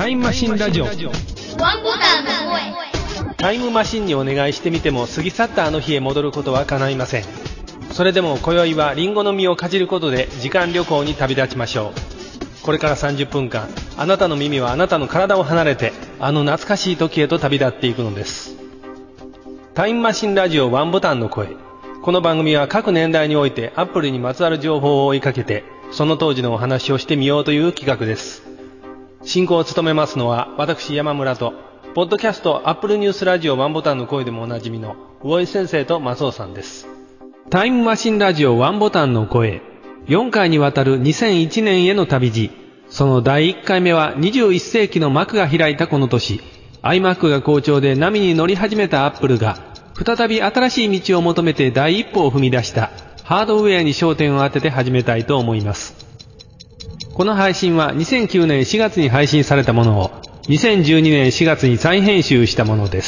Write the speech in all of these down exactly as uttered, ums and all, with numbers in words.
イムマシンラジオ。 ワンボタンの声。 タイムマシンにお願いしてみても過ぎ去ったあの日へ戻ることは叶いません。それでも今宵はリンゴの実をかじることで時間旅行に旅立ちましょう。これからさんじゅっぷんかん、あなたの耳はあなたの体を離れてあの懐かしい時へと旅立っていくのです。タイムマシンラジオワンボタンの声。この番組は各年代においてアップルにまつわる情報を追いかけてその当時のお話をしてみようという企画です。進行を務めますのは私山村と、ポッドキャストアップルニュースラジオワンボタンの声でもおなじみの魚井先生と松尾さんです。タイムマシンラジオワンボタンの声、よんかいにわたるにせんいちねんへの旅路。そのだいいっかいめはにじゅういっせいきの幕が開いたこの年、 iMac が好調で波に乗り始めたアップルが再び新しい道を求めて第一歩を踏み出したハードウェアに焦点を当てて始めたいと思います。この配信はにせんきゅうねんしがつに配信されたものをにせんじゅうにねんしがつに再編集したものです。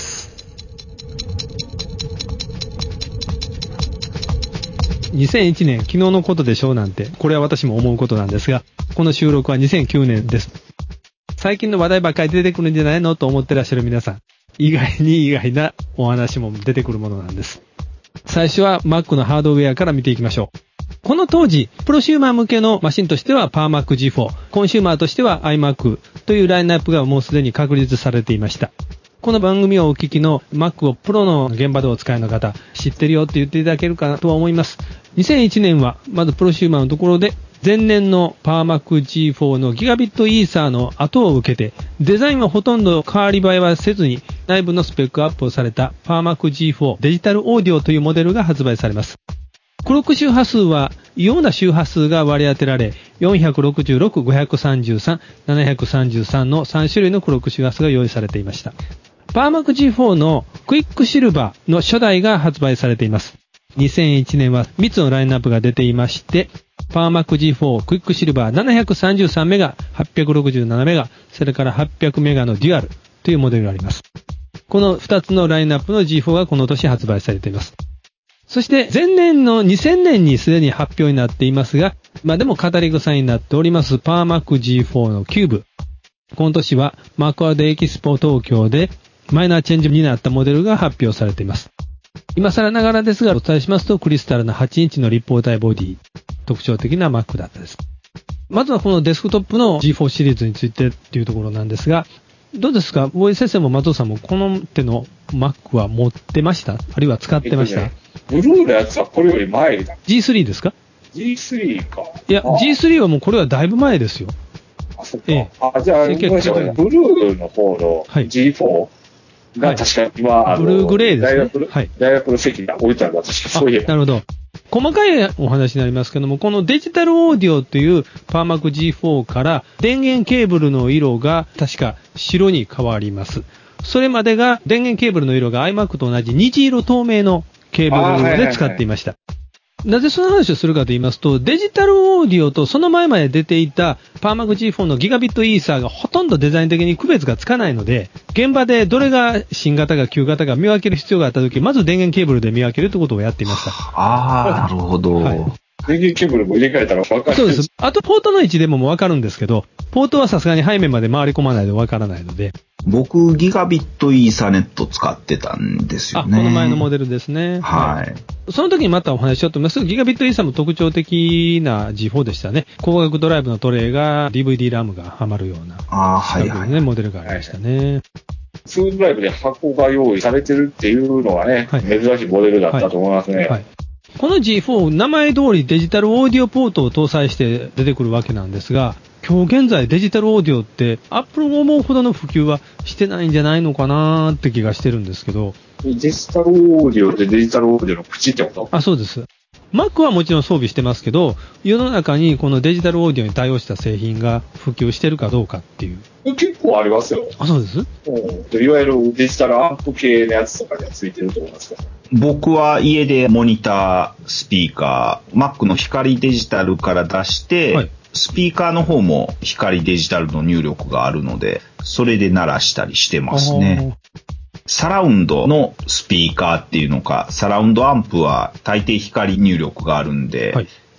にせんいちねん、昨日のことでしょうなんて、これは私も思うことなんですが、この収録はにせんきゅうねんです。最近の話題ばっかり出てくるんじゃないのと思ってらっしゃる皆さん、意外に意外なお話も出てくるものなんです。最初は Mac のハードウェアから見ていきましょう。この当時、プロシューマー向けのマシンとしては パワーマックジーフォー、コンシューマーとしては iMac というラインナップがもうすでに確立されていました。この番組をお聞きの Mac をプロの現場でお使いの方、知ってるよって言っていただけるかなとは思います。にせんいちねんはまずプロシューマーのところで前年の パワーマックジーフォー のギガビットイーサーの後を受けて、デザインはほとんど変わり映えはせずに内部のスペックアップをされた パワーマックジーフォー デジタルオーディオというモデルが発売されます。クロック周波数は異様な周波数が割り当てられ、よんひゃくろくじゅうろく、ごひゃくさんじゅうさん、ななひゃくさんじゅうさんのさんしゅるいのクロック周波数が用意されていました。パワーマックジーフォー のクイックシルバーの初代が発売されています。にせんいちねんはみっつのラインナップが出ていまして、パワーマックジーフォー クイックシルバーななひゃくさんじゅうさんメガ、はっぴゃくろくじゅうななメガ、それからはっぴゃくメガのデュアルというモデルがあります。このふたつのラインナップの ジーフォー がこの年発売されています。そして前年のにせんねんにすでに発表になっていますが、まあでも語り草になっておりますパワーマックジーフォー のキューブ。この年はマクワードエキスポ東京でマイナーチェンジになったモデルが発表されています。今更ながらですがお伝えしますと、クリスタルなはちインチの立方体ボディ、特徴的な Mac だったです。まずはこのデスクトップの ジーフォー シリーズについてっていうところなんですが、どうですか、魚井先生も松尾さんもこの手の Mac は持ってました？あるいは使ってました？えっとね、 ブルーのやつはこれより前だ。 ジースリー ですか？ ジースリー か。 いや、ジースリー はもうこれはだいぶ前ですよ。 あ、そっか。ええ、あ、じゃあ、ブルーの方の ジーフォー が確か今、はい、 ブルーグレーですね。 大学、はい、大学の席に置いてあるの確かそういえば。 なるほど。細かいお話になりますけども、このデジタルオーディオというパワーマック ジーフォー から電源ケーブルの色が確か白に変わります。それまでが電源ケーブルの色が iMac と同じ虹色透明のケーブルで使っていました。なぜその話をするかと言いますと、デジタルオーディオとその前まで出ていたパワーマック ジーフォー のギガビットイーサーがほとんどデザイン的に区別がつかないので、現場でどれが新型か旧型か見分ける必要があったとき、まず電源ケーブルで見分けるということをやっていました。 ああ、なるほど。はい、 電源ケーブルも入れ替えたら分かる。 そうです。あとポートの位置でももう分かるんですけど、ポートはさすがに背面まで回り込まないと分からないので。 僕、ギガビットイーサネット使ってたんですよね。 あ、この前のモデルですね。 はい。はい、 その時にまたお話ししようと思います。ギガビットイーサも特徴的な ジーフォー でしたね。光学ドライブのトレイが ディーブイディー ラムがはまるような、 あ、はいはい、 ね、モデルがありましたね。 ツードライブで箱が用意されてるっていうのはね、はい、珍しいモデルだったと思いますね。はいはい、 この ジーフォー、名前通りデジタルオーディオポートを搭載して出てくるわけなんですが、今日現在デジタルオーディオってアップルが思うほどの普及はしてないんじゃないのかなーって気がしてるんですけど。 デジタルオーディオってデジタルオーディオの口ってこと？ あ、そうです。Mac はもちろん装備してますけど、世の中にこのデジタルオーディオに対応した製品が普及してるかどうかっていう。 結構ありますよ。 あ、そうです。 いわゆるデジタルアンプ系のやつとかにはついてると思いますか？ 僕は家でモニター、スピーカー、Mac の光デジタルから出して、はい、スピーカーの方も光デジタルの入力があるので、それで鳴らしたりしてますね。サラウンドのスピーカーっていうのか、サラウンドアンプは大抵光入力があるんで、はい、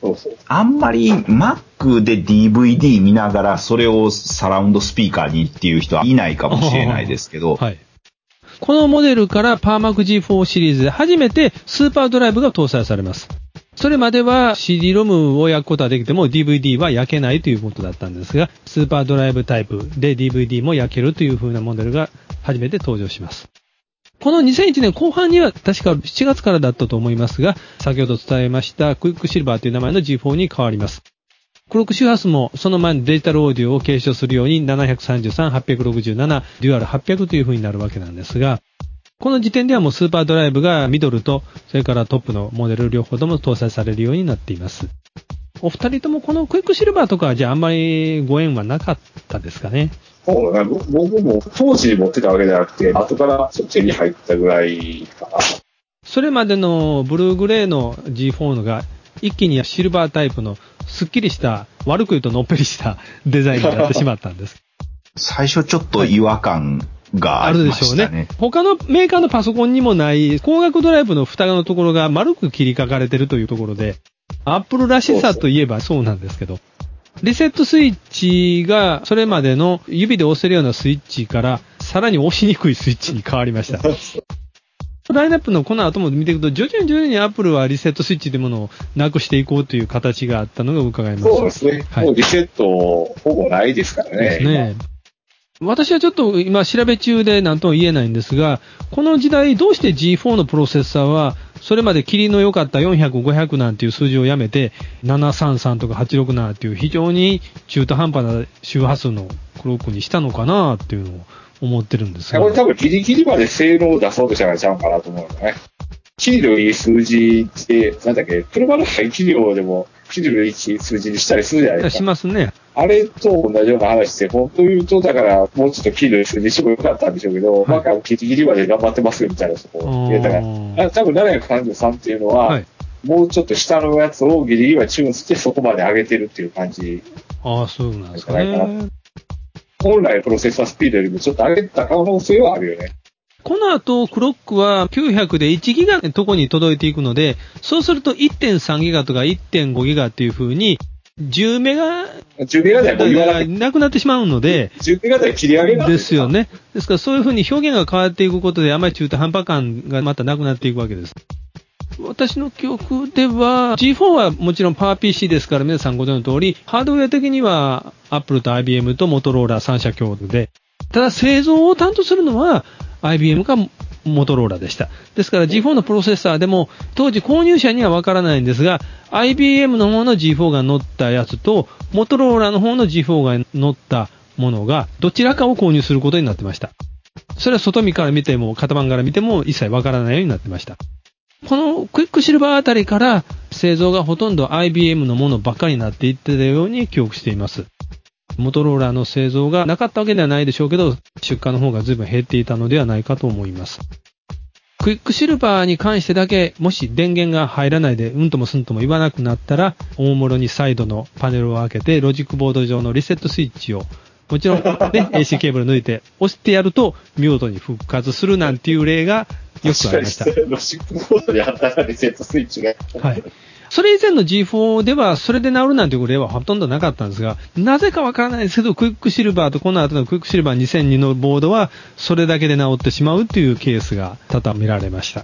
そうそう。 あんまり Mac で ディーブイディー 見ながらそれをサラウンドスピーカーにっていう人はいないかもしれないですけど。 はい。このモデルから パーマックジーフォー シリーズで初めてスーパードライブが搭載されます。それまでは シーディー ロムを焼くことはできても ディーブイディー は焼けないということだったんですが、スーパードライブタイプで ディーブイディー も焼けるという風なモデルが初めて登場します。このにせんいちねんこう半には確かしちがつからだったと思いますが、先ほど伝えましたクイックシルバーという名前の ジーフォー に変わります。クロック周波数もその前のデジタルオーディオを継承するようにななさんさん、はっぴゃくろくじゅうなな、デュアルはっぴゃくという風になるわけなんですが、この時点ではもうスーパードライブがミドルと、それからトップのモデル両方とも搭載されるようになっています。お二人ともこのクイックシルバーとかはじゃああんまりご縁はなかったですかね。 そうね、僕も当時持ってたわけじゃなくて、後からそっちに入ったぐらいかな。 それまでのブルーグレーの ジーフォー のが一気にシルバータイプのスッキリした、悪く言うとのっぺりしたデザインになってしまったんです。 最初ちょっと違和感がありましたね。あるでしょうね。 他のメーカーのパソコンにもない光学ドライブの蓋のところが丸く切り書かれてるというところで、アップルらしさといえばそうなんですけど、リセットスイッチがそれまでの指で押せるようなスイッチからさらに押しにくいスイッチに変わりました。ラインナップのこの後も見ていくと、徐々に徐々にアップルはリセットスイッチというものをなくしていこうという形があったのが伺えます。 そうですね。はい、もうリセットほぼないですからね。 ですね。私はちょっと今調べ中で何とも言えないんですが、この時代どうして ジーフォー のプロセッサーはそれまで霧の良かったよんひゃく、ごひゃくなんていう数字をやめてななさんさんとかはちろくななっていう非常に中途半端な周波数のクロックにしたのかなっていうのを思ってるんですが。 これ多分ギリギリまで性能を出そうとしたからちゃうかなと思うんだね。キリのいい数字って、なんだっけ、車の排気量でもキリのいい数字にしたりするじゃないですか。 しますね。 あれと同じような話で、本当言うと、だから、もうちょっとキリのいい数字にしてもよかったんでしょうけど、はい、まあ、ギリギリまで頑張ってますよみたいなところで、だから、多分ななひゃくさんじゅうさんっていうのは、はい、もうちょっと下のやつをギリギリまでチューンしてそこまで上げてるっていう感じ。 ああ、そうなんですかね。 本来プロセッサースピードよりもちょっと上げた可能性はあるよね。 この後、クロックはきゅうひゃくでいちギガのとこに届いていくので、そうすると いってんさんギガとか いってんごギガっていう風に、じゅうメガ、 じゅうメガ台も言わない。 なくなってしまうので、 じゅうメガ台切り上げなんですよね。ですからそういう風に表現が変わっていくことで、あまり中途半端感がまたなくなっていくわけです。私の記憶では ジーフォー はもちろんパワー ピーシー ですから皆さんご存知の通り、ハードウェア的には Apple と アイビーエム とモトローラさん社共同で、ただ製造を担当するのは アイビーエム かモトローラでした。ですから ジーフォー のプロセッサーでも当時購入者にはわからないんですが、アイビーエム の方の ジーフォー が乗ったやつとモトローラの方の ジーフォー が乗ったものがどちらかを購入することになってました。それは外見から見ても型番から見ても一切わからないようになってました。このクイックシルバーあたりから製造がほとんど アイビーエム のものばっかりになっていってたように記憶しています。モトローラの製造がなかったわけではないでしょうけど、出荷の方が随分減っていたのではないかと思います。クイックシルバーに関してだけ、もし電源が入らないでうんともすんとも言わなくなったら、大物にサイドのパネルを開けて、ロジックボード上のリセットスイッチを、もちろんね、エーシー ケーブル抜いて押してやると、見事に復活するなんていう例がよくありました。 ロジックボードにあったらリセットスイッチが。 はい。それ以前の ジーフォー ではそれで治るなんていう例はほとんどなかったんですが、なぜかわからないですけど、クイックシルバーとこの後のクイックシルバーにせんにのボードはそれだけで治ってしまうというケースが多々見られました。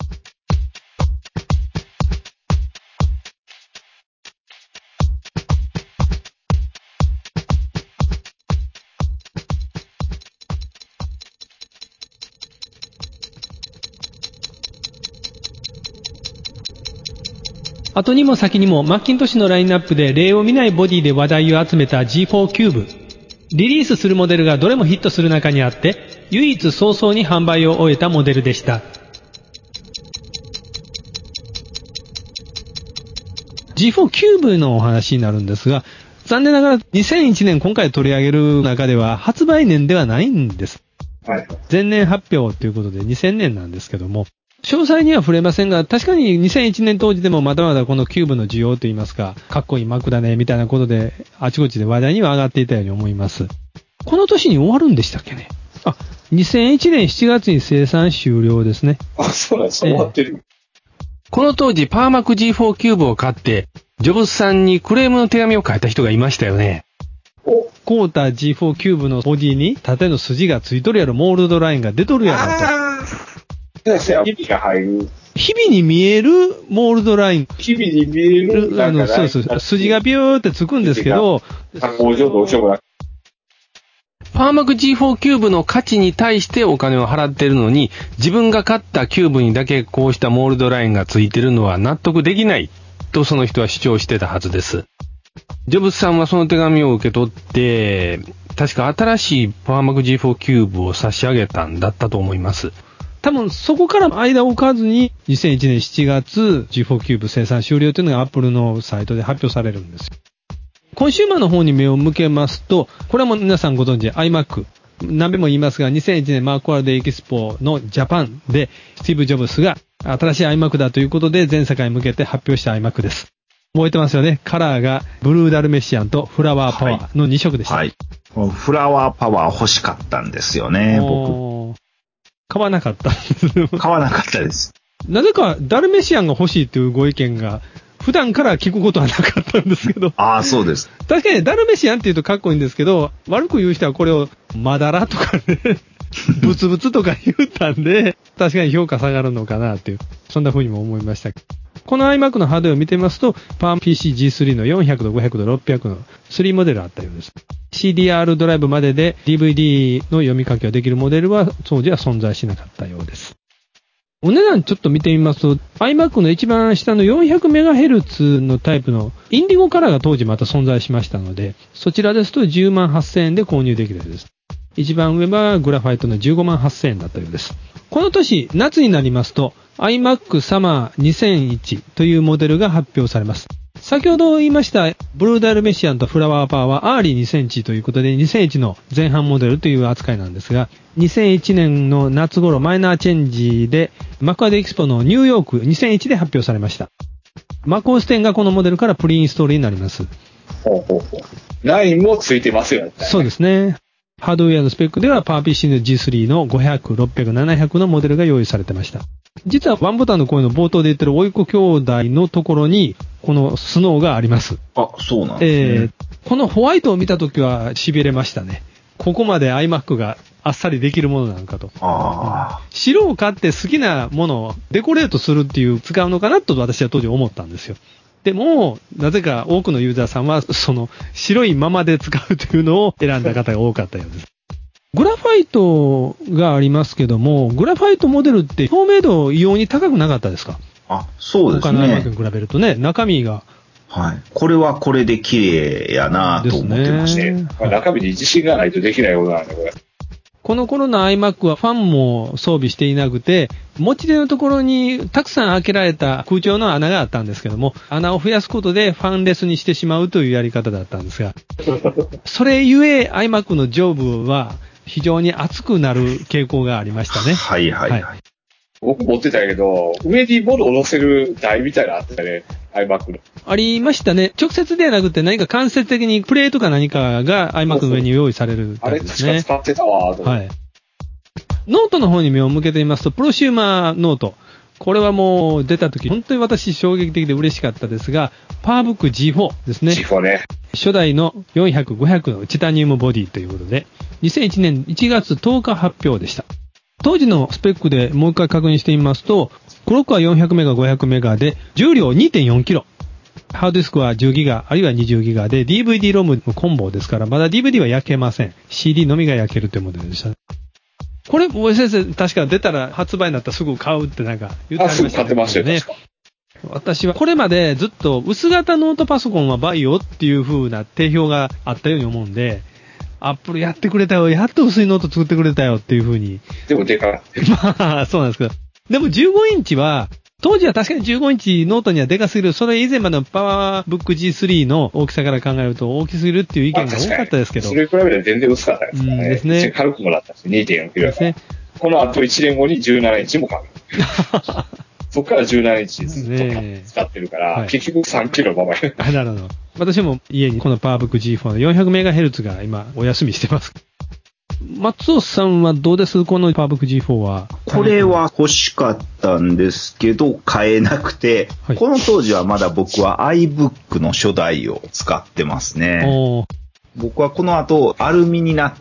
後にも先にもマッキントッシュのラインナップで例を見ないボディで話題を集めた ジーフォー キューブ。リリースするモデルがどれもヒットする中にあって、唯一早々に販売を終えたモデルでした。ジーフォー キューブのお話になるんですが、残念ながらにせんいちねん今回取り上げる中では発売年ではないんです。 はい、 前年発表ということでにせんねんなんですけども、詳細には触れませんが、確かににせんいちねん当時でもまだまだこのキューブの需要といいますか、かっこいい Mac だねみたいなことであちこちで話題には上がっていたように思います。この年に終わるんでしたっけね。あ、にせんいちねんしちがつに生産終了ですね。 あ、そうなんです。終わってる。 この当時パーマック ジーフォー キューブを買ってジョブズさんにクレームの手紙を書いた人がいましたよね。 おクォーター ジーフォー キューブのボディに縦の筋がついとるやろ、モールドラインが出とるやろと。 ああ。ひびが入る。 日々に見えるモールドライン。 日々に見える。 あの、そうそう。筋がビューってつくんですけど。 工場どうしようもなく。 ファーマク ジーフォー キューブの価値に対してお金を払ってるのに、自分が買ったキューブにだけこうしたモールドラインがついてるのは納得できないとその人は主張してたはずです。ジョブズさんはその手紙を受け取って、確か新しいファーマク ジーフォー キューブを差し上げたんだったと思います。多分そこから間を置かずににせんいちねんしちがつ ジーフォー キューブ生産終了というのが Apple のサイトで発表されるんですよ。コンシューマーの方に目を向けますと、これはもう皆さんご存知 iMac。何べも言いますが、にせんいちねんマークワールドエキスポのジャパンでスティーブ・ジョブスが新しい iMac だということで全世界に向けて発表した iMac です。覚えてますよね。カラーがブルーダルメシアンとフラワーパワーのに色でした。 はい。はい、フラワーパワー欲しかったんですよね、僕。 買わなかったんです。 買わなかったです。 なぜかダルメシアンが欲しいというご意見が普段から聞くことはなかったんですけど。 ああ、そうです。 確かにダルメシアンって言うとかっこいいんですけど、悪く言う人はこれをマダラとかね、ブツブツとか言ったんで、確かに評価下がるのかなっていう、そんな風にも思いました。この iMac のハードウェアを見てみますと、パーム ピーシージースリー のよんひゃくどごひゃくどろっぴゃくのスリーモデルあったようです。シーディーアール ドライブまでで ディーブイディー の読み書きができるモデルは当時は存在しなかったようです。お値段ちょっと見てみますと、iMac の一番下の よんひゃくメガヘルツ のタイプのインディゴカラーが当時また存在しましたので、そちらですとじゅうまんはっせんえんで購入できるようです。一番上はグラファイトのじゅうごまんはっせんえんだったようです。この年、夏になりますと、iMac Summer にせんいちというモデルが発表されます。先ほど言いましたブルーダルメシアンとフラワーパワーはアーリーにせんいちということでにせんいちの前半モデルという扱いなんですが、にせんいちねんの夏頃マイナーチェンジでマクワードエキスポのニューヨークにせんいちで発表されました。マクオーステンがこのモデルからプリインストールになります。 ほうほうほう。ラインもついてますよね。 そうですね。ハードウェアのスペックでは パワーピーシー の ジースリー のごひゃく、ろっぴゃく、ななひゃくのモデルが用意されてました。実はワンボタンの声の冒頭で言ってるおいこ兄弟のところにこのスノーがあります。 あ、そうなんですね。 えー、このホワイトを見たときは痺れましたね。ここまで iMac があっさりできるものなんかと。 あうん、白を買って好きなものをデコレートするっていう使うのかなと私は当時思ったんですよ。でも、なぜか多くのユーザーさんはその白いままで使うというのを選んだ方が多かったようです。グラファイトがありますけども、グラファイトモデルって透明度異様に高くなかったですか？ あ、そうですね。 他の iMac に比べるとね、中身が。 はい。これはこれで綺麗やなと思ってまして。 ね、まあ、中身に自信がないとできないことなんで、これ。 この頃の iMac はファンも装備していなくて、持ち手のところにたくさん開けられた空調の穴があったんですけども、穴を増やすことでファンレスにしてしまうというやり方だったんですが、それゆえ iMac の上部は非常に熱くなる傾向がありましたね。 はいはいはい。はい、 僕持ってたけど、上に物を乗せる台みたいなのあったね、iMac の。 ありましたね。直接ではなくて何か間接的にプレートか何かが iMac の上に用意されるタイプですね。 あれ使ってたわと。 はい。ノートの方に目を向けてみますと、プロシューマーノート。これはもう出た時、本当に私衝撃的で嬉しかったですが、パワーブック ジーフォー ですね。 ジーフォー ね。 初代のよんひゃく、ごひゃくのチタニウムボディということで、にせんいちねんいちがつとおか発表でした。当時のスペックでもう一回確認してみますと、クロックはよんひゃくメガ、ごひゃくメガで、重量 にてんよんキロ。ハードディスクはじゅうギガ、あるいはにじゅうギガで、ディーブイディー ロムのコンボですから、まだ ディーブイディー は焼けません。シーディー のみが焼けるというモデルでした。これ、大江先生、確か出たら発売になったらすぐ買うってなんか言ってありましたね。 あ、すぐ買ってましたよね。 私はこれまでずっと薄型ノートパソコンはバイオっていう風な定評があったように思うんで、アップルやってくれたよ、やっと薄いノート作ってくれたよっていう風に。 でもでかい。 まあ、そうなんですけど。でもじゅうごインチは、当時は確かにじゅうごインチノートにはでかすぎる。それ以前までのパワーブック ジースリー の大きさから考えると大きすぎるっていう意見が多かったですけど。 それに比べて全然薄かったですからね。 うんですね。 軽くもらったし、にてんよんキロですね。この後いちねんごにじゅうななインチも買う。そっからじゅうななインチずっと使ってるから、ね、結局さんキロのままや。 あ、なるほど。私も家にこのパワーブック ジーフォー の よんひゃくメガヘルツ が今お休みしてます。 松尾さんはどうですこのパワーブック ジーフォー は。 これは欲しかったんですけど、買えなくて、はい、この当時はまだ僕は iBook の初代を使ってますね。僕はこの後、アルミになって、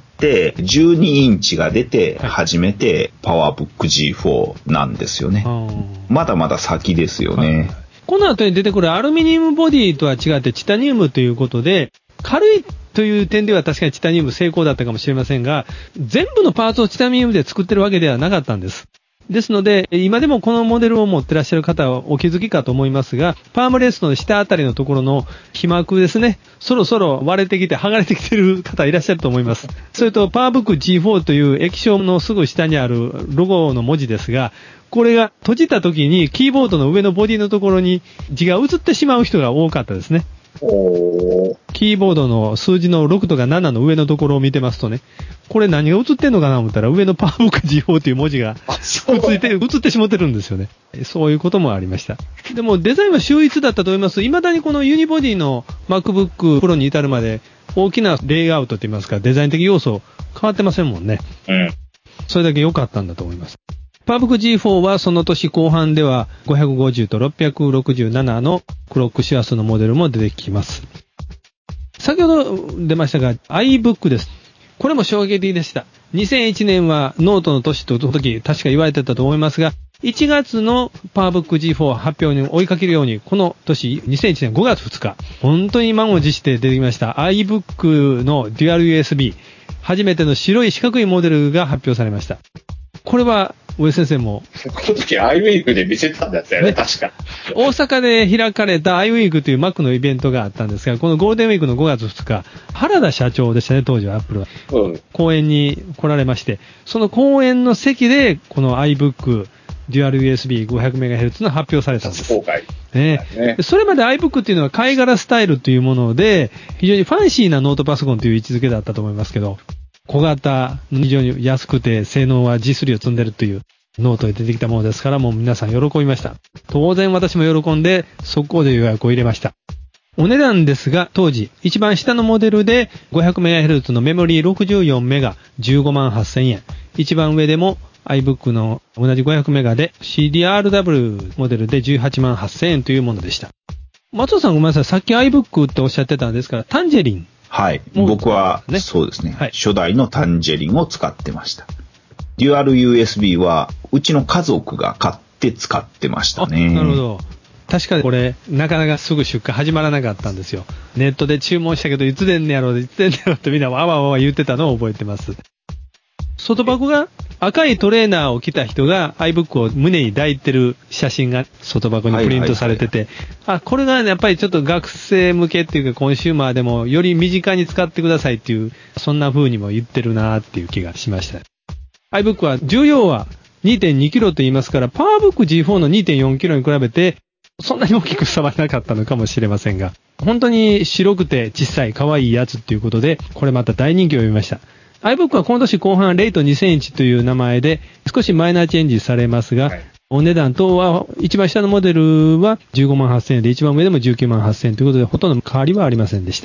じゅうにインチが出て、初めてパワーブック ジーフォー なんですよね。まだまだ先ですよね。はい、 この後に出てくるアルミニウムボディとは違ってチタニウムということで、軽いという点では確かにチタニウム成功だったかもしれませんが、全部のパーツをチタニウムで作ってるわけではなかったんです。ですので、今でもこのモデルを持ってらっしゃる方はお気づきかと思いますが、パームレストの下あたりのところの皮膜ですね、そろそろ割れてきて剥がれてきてる方いらっしゃると思います。それと、パワーブック ジーフォー という液晶のすぐ下にあるロゴの文字ですが、これが閉じた時にキーボードの上のボディのところに字が映ってしまう人が多かったですね。 おキーボードの数字のろくとかななの上のところを見てますとね、これ何が映ってんのかなと思ったら上のパワーブック ジーフォー という文字が映って、映ってしまってるんですよね。そういうこともありました。でもデザインは秀逸だったと思います。未だにこのユニボディの MacBook Pro に至るまで大きなレイアウトといいますかデザイン的要素変わってませんもんね。 うん。 それだけ良かったんだと思います。パワーブック ジーフォー はその年後半ではごひゃくごじゅうとろっぴゃくろくじゅうななのクロックシアスのモデルも出てきます。先ほど出ましたが iBook です。これも衝撃的でした。にせんいちねんはノートの年と時確か言われてたと思いますが、いちがつのパワーブック ジーフォー 発表に追いかけるように、この年にせんいちねんごがつふつか、本当に満を持して出てきました iBook のデュアル ユーエスビー、初めての白い四角いモデルが発表されました。これは上先生もこの時 iWeek で見せたんだったよね、確か。 大阪で開かれた iWeek という Mac のイベントがあったんですが、このゴールデンウィークのごがつふつか、原田社長でしたね、当時はアップルは。うん、講演に来られまして、その講演の席で、この iBook デュアル ユーエスビーごひゃくメガヘルツ の発表されたんです。 公開。 ね、ね、それまで iBook っていうのは貝殻スタイルというもので、非常にファンシーなノートパソコンという位置づけだったと思いますけど、小型、非常に安くて性能は ジースリー を積んでるというノートで出てきたものですから、もう皆さん喜びました。当然私も喜んで速攻で予約を入れました。お値段ですが、当時一番下のモデルで ごひゃくメガヘルツ のメモリーろくじゅうよんメガじゅうごまんはっせんえん。一番上でも iBook の同じごひゃくメガで シーディーアールダブリュー モデルでじゅうはちまんはっせんえんというものでした。松尾さんごめんなさい。さっき iBook っておっしゃってたんですから、タンジェリン。 はい。僕は、ね、そうですね、はい。初代のタンジェリンを使ってました。デュアル ユーエスビー は、うちの家族が買って使ってましたね。 なるほど。確かにこれ、なかなかすぐ出荷始まらなかったんですよ。ネットで注文したけど、いつ出んねやろう、いつ出んねやろうってみんなわわわわ言ってたのを覚えてます。外箱が赤いトレーナーを着た人が iBook を胸に抱いてる写真が外箱にプリントされてて、あ、これが、ね、やっぱりちょっと学生向けっていうかコンシューマーでもより身近に使ってくださいっていう、そんな風にも言ってるなっていう気がしました。iBook は重量は にてんにキロと言いますから、パワーブック ジーフォー の にてんよんキロに比べてそんなに大きく差はなかったのかもしれませんが、本当に白くて小さい可愛いやつっていうことで、これまた大人気を呼びました。iBook はこの年後半レイトにせんいちという名前で少しマイナーチェンジされますが、はい、お値段等は一番下のモデルはじゅうごまんはっせんえんで一番上でもじゅうきゅうまんはっせんえんということでほとんど変わりはありませんでした。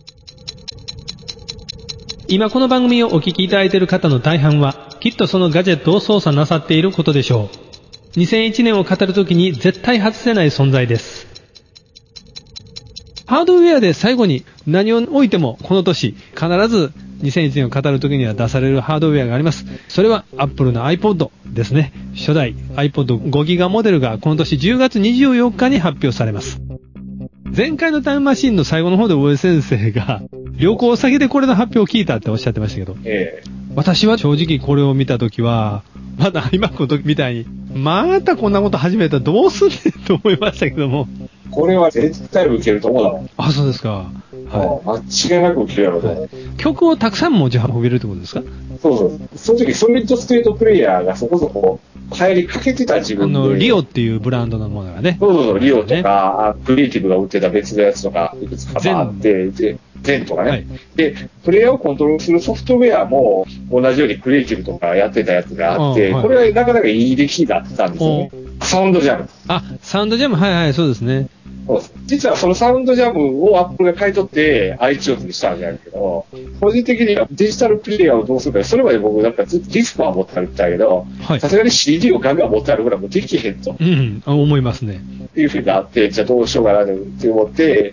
今この番組をお聞きいただいている方の大半はきっとそのガジェットを操作なさっていることでしょう。にせんいちねんを語るときに絶対外せない存在です。ハードウェアで最後に何を置いてもこの年必ずにせんいちねんを語るときには出されるハードウェアがあります。それは Apple の iPod ですね。初代 iPod ごギガモデルがこの年じゅうがつにじゅうよっかに発表されます。前回のタイムマシンの最後の方で大江先生が旅行先でこれの発表を聞いたっておっしゃってましたけど、ええ、私は正直これを見たときはまだ iMac の時みたいにまたこんなこと始めたらどうすんねんと思いましたけども、 これは絶対受けると思うだもん。 あ、そうですか。 はい、間違いなく受けるやろうと思う、はい。 曲をたくさん持ち運べるってことですか？ そうそう。その時ソリッドステートプレイヤーがそこそこ流行りかけてた自分で。あの、 リオっていうブランドのものがね。 そうそうそう、リオとか、ね、クリエイティブが売ってた別のやつとか、いくつかあって、で、ゼンとかね、はい。で、プレイヤーをコントロールするソフトウェアも同じようにクリエイティブとかやってたやつがあって、あ、はい、これがなかなかいい出来だったんですよね。うん、サウンドジャム。 あ、サウンドジャム、はいはい、そうですね。 そう実はそのサウンドジャムをアップルが買い取って iTunes にしたんじゃないけど、個人的にはデジタルプレイヤーをどうするか、それまで僕なんかずっとディスクは持って歩いたけど、さすがに シーディー をガンガン持って歩くのはもうできへんと。 うん、思いますね。 っていうふうになって、じゃあどうしようかなって思って、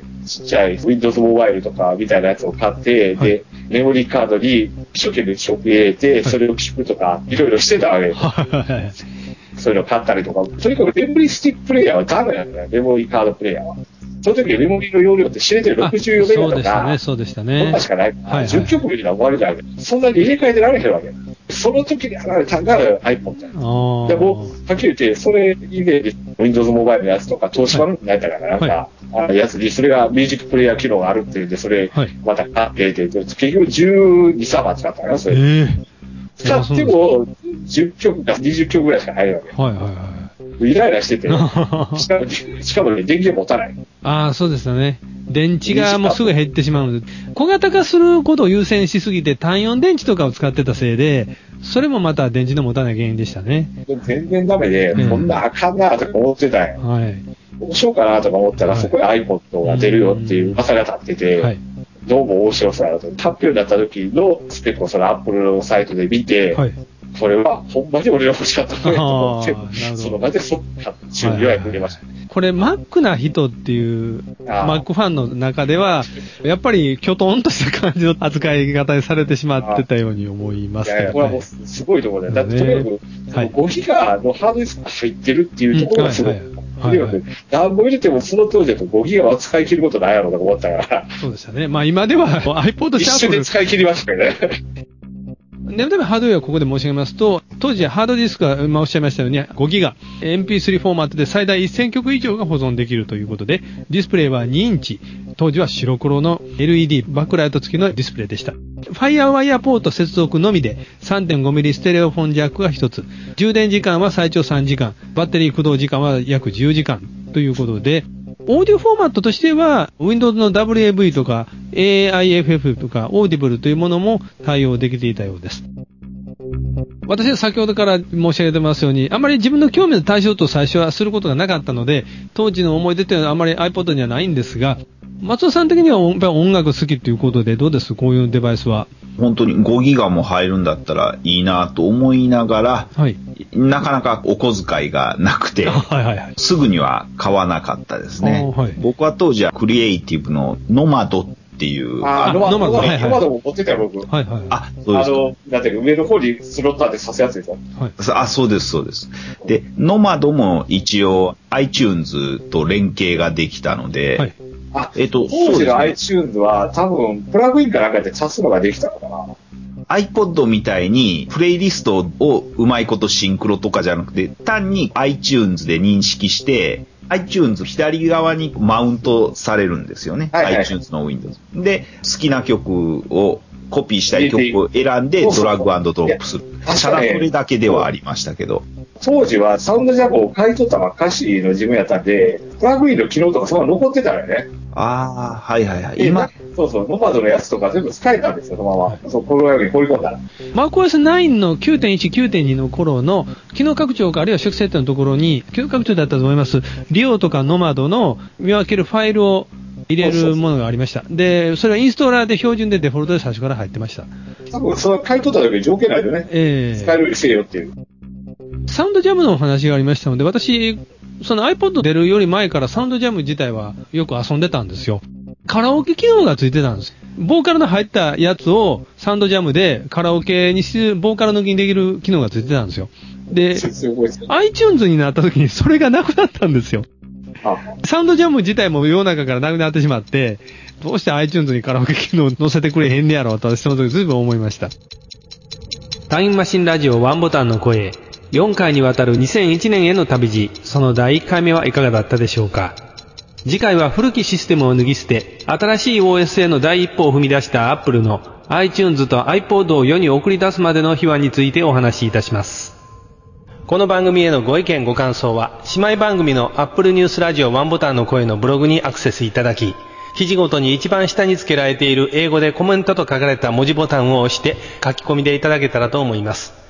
ちっちゃい Windows モバイルとかみたいなやつを買って、はい、で、メモリーカードに一生懸命曲入れて、それを聞くとか、いろいろしてたわけです。はいそういうの買ったりとか、とにかくメモリースティックプレイヤーはダメなんだよ、メモリーカードプレイヤーは。その時メモリーの容量って知れてるろくじゅうよメガとか、 そうでしたね、そうでしたね。 そんなしかないから、はいはい、じゅっきょく見るのは終わりだけど、そんなに入れ替えてられへんわけ。その時に離れたんが iPod だよ。でも、はっきり言って、それ以前に Windows モバイルのやつとか、東芝のやったから、なんか、はい、あのやつに、それがミュージックプレイヤー機能があるっていうんで、それ、また買ってて、結局じゅうに、さんまん使ったかな、それ。えー、使っても、じゅっきょくかにじゅっきょくぐらいしか入るわけ。はいはいはい。イライラしてて、しかも、しかもね、電源持たない。 ああ、そうですよね。電池がもうすぐ減ってしまうので、小型化することを優先しすぎて単よん電池とかを使ってたせいで、それもまた電池の持たない原因でしたね。 全然ダメで、こんなあかんなとか思ってたんよ。はい。どうしようかなとか思ったら、はい、そこで iPod が出るよっていう噂が立ってて、はい、どうも面白そうだと。発表になった時のスペックをその Apple のサイトで見て、はいこれは、ほんまに俺が欲しかったのね、と思って、その場でそっか、注意予約入れました。 これ、Mac な人っていう、Mac ファンの中では、やっぱり、きょとんとした感じの扱い方にされてしまってたように思いますけど、ね。いやいや、 これはもう、すごいところで、だって、とにかく、はい、ごギガのハードディスクが入ってるっていうところがすごい。とにかく、何本入れてもその当時だとごギガは使い切ることないやろうと思ったから。 そうでしたね。まあ今では iPod 一瞬で使い切りましたよね。 念のためハードウェアをここで申し上げますと、当時はハードディスクは今おっしゃいましたようにごギガ、エムピースリー フォーマットで最大せんきょく以上が保存できるということで、ディスプレイはにインチ、当時は白黒の エルイーディー バックライト付きのディスプレイでした。Firewire ポート接続のみで さんてんごミリ ステレオフォンジャックがひとつ、充電時間は最長さんじかん、バッテリー駆動時間は約じゅうじかんということで、オーディオフォーマットとしては Windows の ダブリューエーブイ とか エーアイエフエフ とか Audible というものも対応できていたようです。私は先ほどから申し上げてますように、あまり自分の興味の対象と最初はすることがなかったので、当時の思い出というのはあまり iPod にはないんですが、松尾さん的にはやっぱり音楽好きということでどうですこういうデバイスは。 本当にごギガも入るんだったらいいなと思いながら、はい、なかなかお小遣いがなくて、はいはいはい、すぐには買わなかったですね。はい、僕は当時はクリエイティブのノマドっていう。 あ、ノマド、ノマド、ノマドも持ってたよ、僕。はいはい。 あ、そうです。 あの、なんていうか、上の方にスロットで刺すやつでしょ。はい。 あ、そうです、そうです。で、ノマドも一応 iTunes と連携ができたので、はい。 あ、えっと、当時の iTunes は多分、プラグインかなんかで足すのができたのかな。 iPod みたいにプレイリストをうまいことシンクロとかじゃなくて、単に iTunes で認識して、iTunes 左側にマウントされるんですよね。はいはい、iTunes の Windows。で、好きな曲を、コピーしたい曲を選んでドラッグ&ドロップする。ただそれだけではありましたけど。 当時はサウンドジャムを買い取ったばっかしの自分やったんで、プラグインの機能とかそのまま残ってたよね。 ああ、はいはいはい。今。 そうそう、ノマドのやつとか全部使えたんですよ、そのまま。そう、プログラムに放り込んだら。 MacOS ナインの きゅうてんいち、きゅうてんに の頃の機能拡張かあるいは初期設定のところに、機能拡張だったと思います。リオとかノマドの見分けるファイルを入れるものがありました。で、それはインストーラーで標準でデフォルトで最初から入ってました。 多分、その買い取った時に条件ないよね。ええー。使えるようにせえよっていう。 サウンドジャムのお話がありましたので、私、その iPod 出るより前からサウンドジャム自体はよく遊んでたんですよ。カラオケ機能がついてたんです。ボーカルの入ったやつをサウンドジャムでカラオケにしてボーカル抜きにできる機能がついてたんですよ。で、iTunes になった時にそれがなくなったんですよ。サウンドジャム自体も世の中からなくなってしまって、どうして iTunes にカラオケ機能載せてくれへんねやろうと私その時ずいぶん思いました。タイムマシンラジオワンボタンの声、よんかいにわたるにせんいちねんへの旅路、そのだいいっかいめはいかがだったでしょうか。次回は古きシステムを脱ぎ捨て、新しい オーエス への第一歩を踏み出した Apple の iTunes と iPod を世に送り出すまでの秘話についてお話しいたします。この番組へのご意見ご感想は、姉妹番組の Apple ニュースラジオワンボタンの声のブログにアクセスいただき、記事ごとに一番下に付けられている英語でコメントと書かれた文字ボタンを押して書き込みでいただけたらと思います。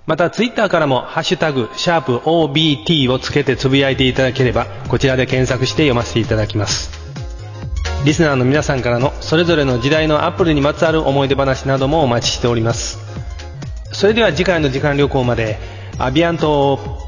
またツイッターからもハッシュタグシャープ オービーティー をつけてつぶやいていただければこちらで検索して読ませていただきます。リスナーの皆さんからのそれぞれの時代のアップルにまつわる思い出話などもお待ちしております。それでは次回の時間旅行までアビアント。